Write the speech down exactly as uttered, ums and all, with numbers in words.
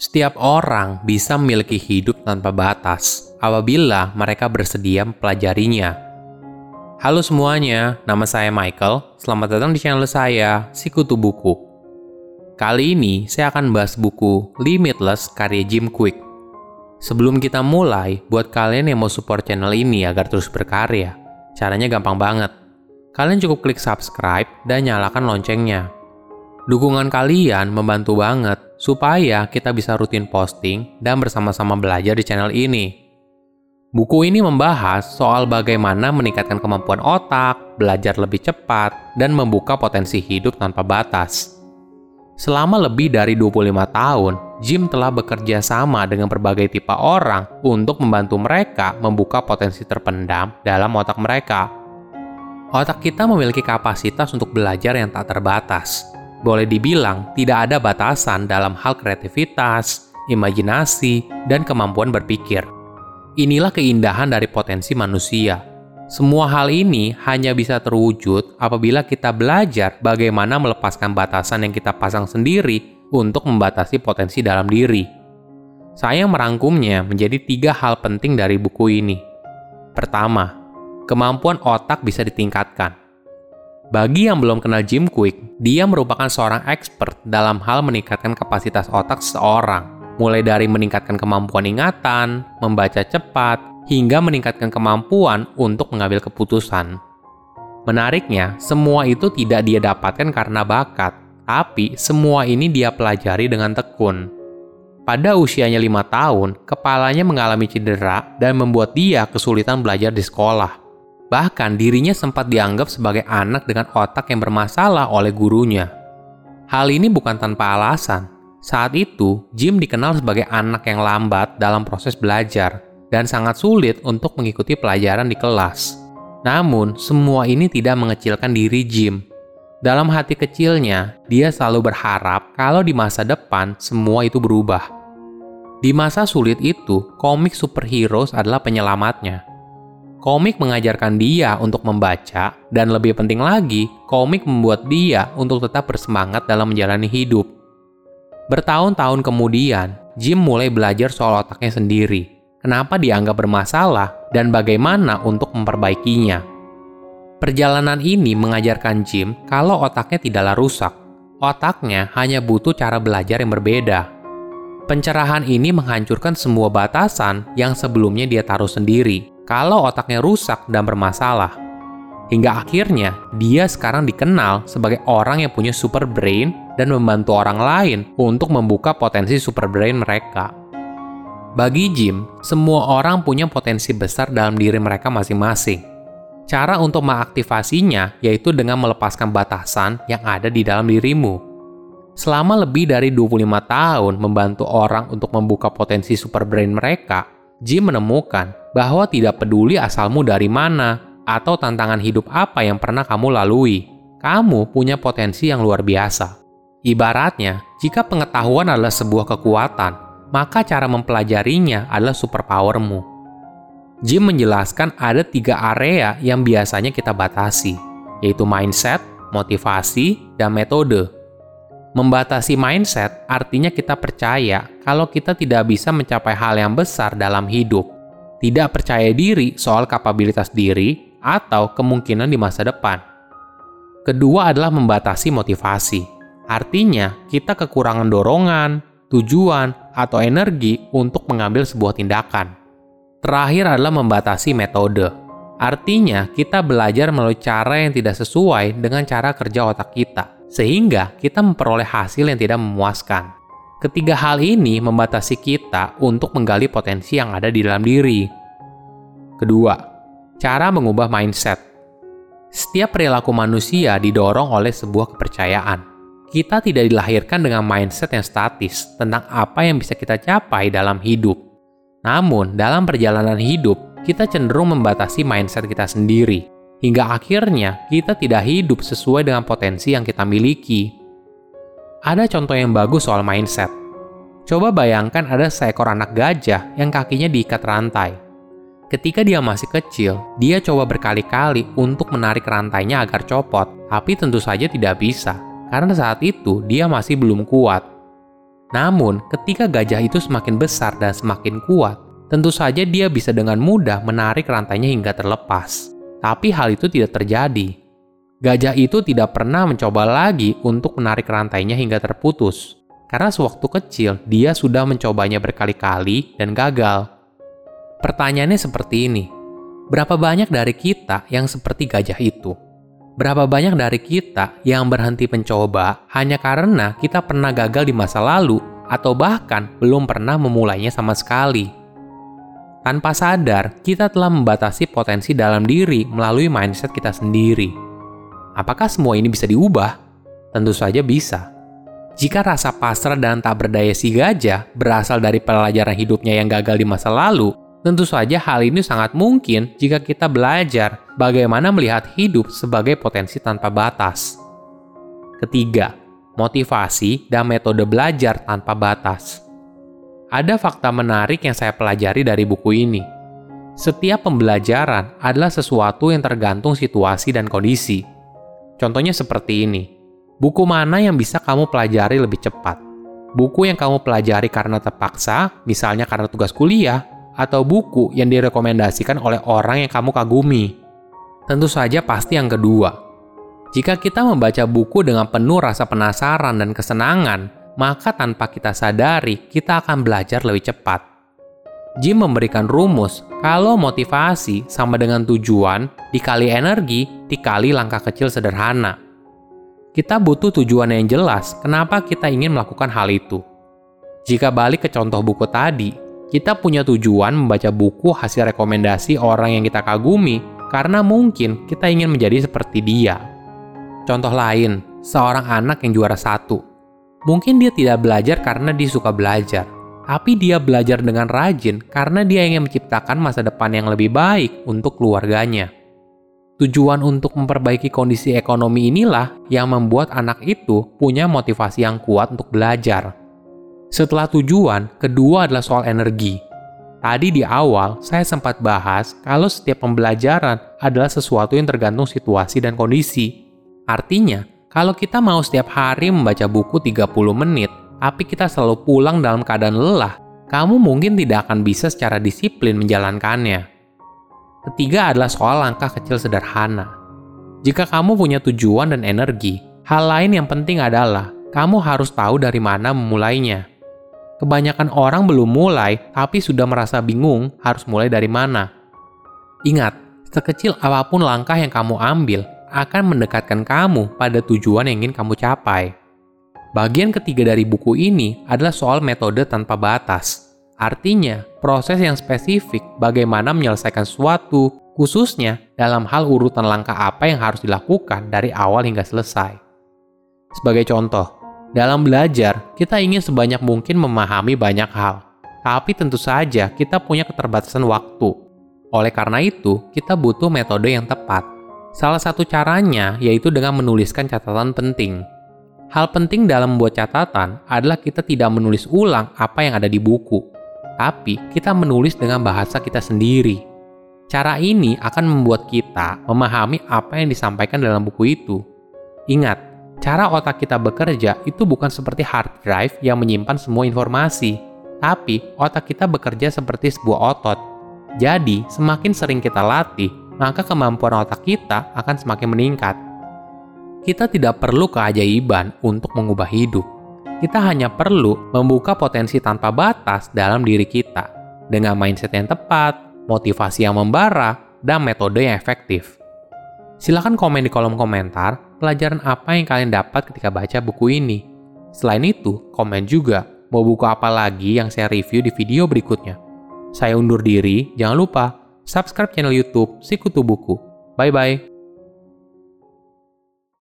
Setiap orang bisa memiliki hidup tanpa batas apabila mereka bersedia mempelajarinya. Halo semuanya, nama saya Michael. Selamat datang di channel saya, Sikutu Buku. Kali ini saya akan bahas buku Limitless karya Jim Kwik. Sebelum kita mulai, buat kalian yang mau support channel ini agar terus berkarya, caranya gampang banget. Kalian cukup klik subscribe dan nyalakan loncengnya. Dukungan kalian membantu banget supaya kita bisa rutin posting dan bersama-sama belajar di channel ini. Buku ini membahas soal bagaimana meningkatkan kemampuan otak, belajar lebih cepat, dan membuka potensi hidup tanpa batas. Selama lebih dari dua puluh lima tahun, Jim telah bekerja sama dengan berbagai tipe orang untuk membantu mereka membuka potensi terpendam dalam otak mereka. Otak kita memiliki kapasitas untuk belajar yang tak terbatas. Boleh dibilang tidak ada batasan dalam hal kreativitas, imajinasi, dan kemampuan berpikir. Inilah keindahan dari potensi manusia. Semua hal ini hanya bisa terwujud apabila kita belajar bagaimana melepaskan batasan yang kita pasang sendiri untuk membatasi potensi dalam diri. Saya merangkumnya menjadi tiga hal penting dari buku ini. Pertama, kemampuan otak bisa ditingkatkan. Bagi yang belum kenal Jim Kwik, dia merupakan seorang expert dalam hal meningkatkan kapasitas otak seseorang, mulai dari meningkatkan kemampuan ingatan, membaca cepat, hingga meningkatkan kemampuan untuk mengambil keputusan. Menariknya, semua itu tidak dia dapatkan karena bakat, tapi semua ini dia pelajari dengan tekun. Pada usianya lima tahun, kepalanya mengalami cedera dan membuat dia kesulitan belajar di sekolah. Bahkan dirinya sempat dianggap sebagai anak dengan otak yang bermasalah oleh gurunya. Hal ini bukan tanpa alasan. Saat itu, Jim dikenal sebagai anak yang lambat dalam proses belajar dan sangat sulit untuk mengikuti pelajaran di kelas. Namun, semua ini tidak mengecilkan diri Jim. Dalam hati kecilnya, dia selalu berharap kalau di masa depan semua itu berubah. Di masa sulit itu, komik superheroes adalah penyelamatnya. Komik mengajarkan dia untuk membaca, dan lebih penting lagi, komik membuat dia untuk tetap bersemangat dalam menjalani hidup. Bertahun-tahun kemudian, Jim mulai belajar soal otaknya sendiri, kenapa dianggap bermasalah, dan bagaimana untuk memperbaikinya. Perjalanan ini mengajarkan Jim kalau otaknya tidaklah rusak. Otaknya hanya butuh cara belajar yang berbeda. Pencerahan ini menghancurkan semua batasan yang sebelumnya dia taruh sendiri, kalau otaknya rusak dan bermasalah. Hingga akhirnya, dia sekarang dikenal sebagai orang yang punya super brain dan membantu orang lain untuk membuka potensi super brain mereka. Bagi Jim, semua orang punya potensi besar dalam diri mereka masing-masing. Cara untuk mengaktifasinya yaitu dengan melepaskan batasan yang ada di dalam dirimu. Selama lebih dari dua puluh lima tahun membantu orang untuk membuka potensi super brain mereka, Jim menemukan bahwa tidak peduli asalmu dari mana atau tantangan hidup apa yang pernah kamu lalui, kamu punya potensi yang luar biasa. Ibaratnya, jika pengetahuan adalah sebuah kekuatan, maka cara mempelajarinya adalah superpowermu. Jim menjelaskan ada tiga area yang biasanya kita batasi, yaitu mindset, motivasi, dan metode. Membatasi mindset artinya kita percaya kalau kita tidak bisa mencapai hal yang besar dalam hidup, tidak percaya diri soal kapabilitas diri atau kemungkinan di masa depan. Kedua adalah membatasi motivasi, artinya kita kekurangan dorongan, tujuan, atau energi untuk mengambil sebuah tindakan. Terakhir adalah membatasi metode, artinya kita belajar melalui cara yang tidak sesuai dengan cara kerja otak kita, sehingga kita memperoleh hasil yang tidak memuaskan. Ketiga hal ini membatasi kita untuk menggali potensi yang ada di dalam diri. Kedua, cara mengubah mindset. Setiap perilaku manusia didorong oleh sebuah kepercayaan. Kita tidak dilahirkan dengan mindset yang statis tentang apa yang bisa kita capai dalam hidup. Namun, dalam perjalanan hidup, kita cenderung membatasi mindset kita sendiri, hingga akhirnya kita tidak hidup sesuai dengan potensi yang kita miliki. Ada contoh yang bagus soal mindset. Coba bayangkan ada seekor anak gajah yang kakinya diikat rantai. Ketika dia masih kecil, dia coba berkali-kali untuk menarik rantainya agar copot, tapi tentu saja tidak bisa, karena saat itu dia masih belum kuat. Namun, ketika gajah itu semakin besar dan semakin kuat, tentu saja dia bisa dengan mudah menarik rantainya hingga terlepas. Tapi hal itu tidak terjadi. Gajah itu tidak pernah mencoba lagi untuk menarik rantainya hingga terputus. Karena sewaktu kecil, dia sudah mencobanya berkali-kali dan gagal. Pertanyaannya seperti ini. Berapa banyak dari kita yang seperti gajah itu? Berapa banyak dari kita yang berhenti mencoba hanya karena kita pernah gagal di masa lalu atau bahkan belum pernah memulainya sama sekali? Tanpa sadar, kita telah membatasi potensi dalam diri melalui mindset kita sendiri. Apakah semua ini bisa diubah? Tentu saja bisa. Jika rasa pasrah dan tak berdaya si gajah berasal dari pelajaran hidupnya yang gagal di masa lalu, tentu saja hal ini sangat mungkin jika kita belajar bagaimana melihat hidup sebagai potensi tanpa batas. Ketiga, motivasi dan metode belajar tanpa batas. Ada fakta menarik yang saya pelajari dari buku ini. Setiap pembelajaran adalah sesuatu yang tergantung situasi dan kondisi. Contohnya seperti ini. Buku mana yang bisa kamu pelajari lebih cepat? Buku yang kamu pelajari karena terpaksa, misalnya karena tugas kuliah, atau buku yang direkomendasikan oleh orang yang kamu kagumi? Tentu saja pasti yang kedua. Jika kita membaca buku dengan penuh rasa penasaran dan kesenangan, maka tanpa kita sadari, kita akan belajar lebih cepat. Jim memberikan rumus kalau motivasi sama dengan tujuan dikali energi dikali langkah kecil sederhana. Kita butuh tujuan yang jelas kenapa kita ingin melakukan hal itu. Jika balik ke contoh buku tadi, kita punya tujuan membaca buku hasil rekomendasi orang yang kita kagumi karena mungkin kita ingin menjadi seperti dia. Contoh lain, seorang anak yang juara satu. Mungkin dia tidak belajar karena dia suka belajar, tapi dia belajar dengan rajin karena dia ingin menciptakan masa depan yang lebih baik untuk keluarganya. Tujuan untuk memperbaiki kondisi ekonomi inilah yang membuat anak itu punya motivasi yang kuat untuk belajar. Setelah tujuan, kedua adalah soal energi. Tadi di awal, saya sempat bahas kalau setiap pembelajaran adalah sesuatu yang tergantung situasi dan kondisi. Artinya, kalau kita mau setiap hari membaca buku tiga puluh menit, tapi kita selalu pulang dalam keadaan lelah, kamu mungkin tidak akan bisa secara disiplin menjalankannya. Ketiga adalah soal langkah kecil sederhana. Jika kamu punya tujuan dan energi, hal lain yang penting adalah kamu harus tahu dari mana memulainya. Kebanyakan orang belum mulai, tapi sudah merasa bingung harus mulai dari mana. Ingat, sekecil apapun langkah yang kamu ambil akan mendekatkan kamu pada tujuan yang ingin kamu capai. Bagian ketiga dari buku ini adalah soal metode tanpa batas. Artinya, proses yang spesifik bagaimana menyelesaikan sesuatu, khususnya dalam hal urutan langkah apa yang harus dilakukan dari awal hingga selesai. Sebagai contoh, dalam belajar, kita ingin sebanyak mungkin memahami banyak hal. Tapi tentu saja kita punya keterbatasan waktu. Oleh karena itu, kita butuh metode yang tepat. Salah satu caranya yaitu dengan menuliskan catatan penting. Hal penting dalam membuat catatan adalah kita tidak menulis ulang apa yang ada di buku. Tapi kita menulis dengan bahasa kita sendiri. Cara ini akan membuat kita memahami apa yang disampaikan dalam buku itu. Ingat, cara otak kita bekerja itu bukan seperti hard drive yang menyimpan semua informasi, tapi otak kita bekerja seperti sebuah otot. Jadi, semakin sering kita latih, maka kemampuan otak kita akan semakin meningkat. Kita tidak perlu keajaiban untuk mengubah hidup. Kita hanya perlu membuka potensi tanpa batas dalam diri kita, dengan mindset yang tepat, motivasi yang membara, dan metode yang efektif. Silahkan komen di kolom komentar pelajaran apa yang kalian dapat ketika baca buku ini. Selain itu, komen juga mau buku apa lagi yang saya review di video berikutnya. Saya undur diri, jangan lupa subscribe channel YouTube Sikutu Buku. Bye-bye.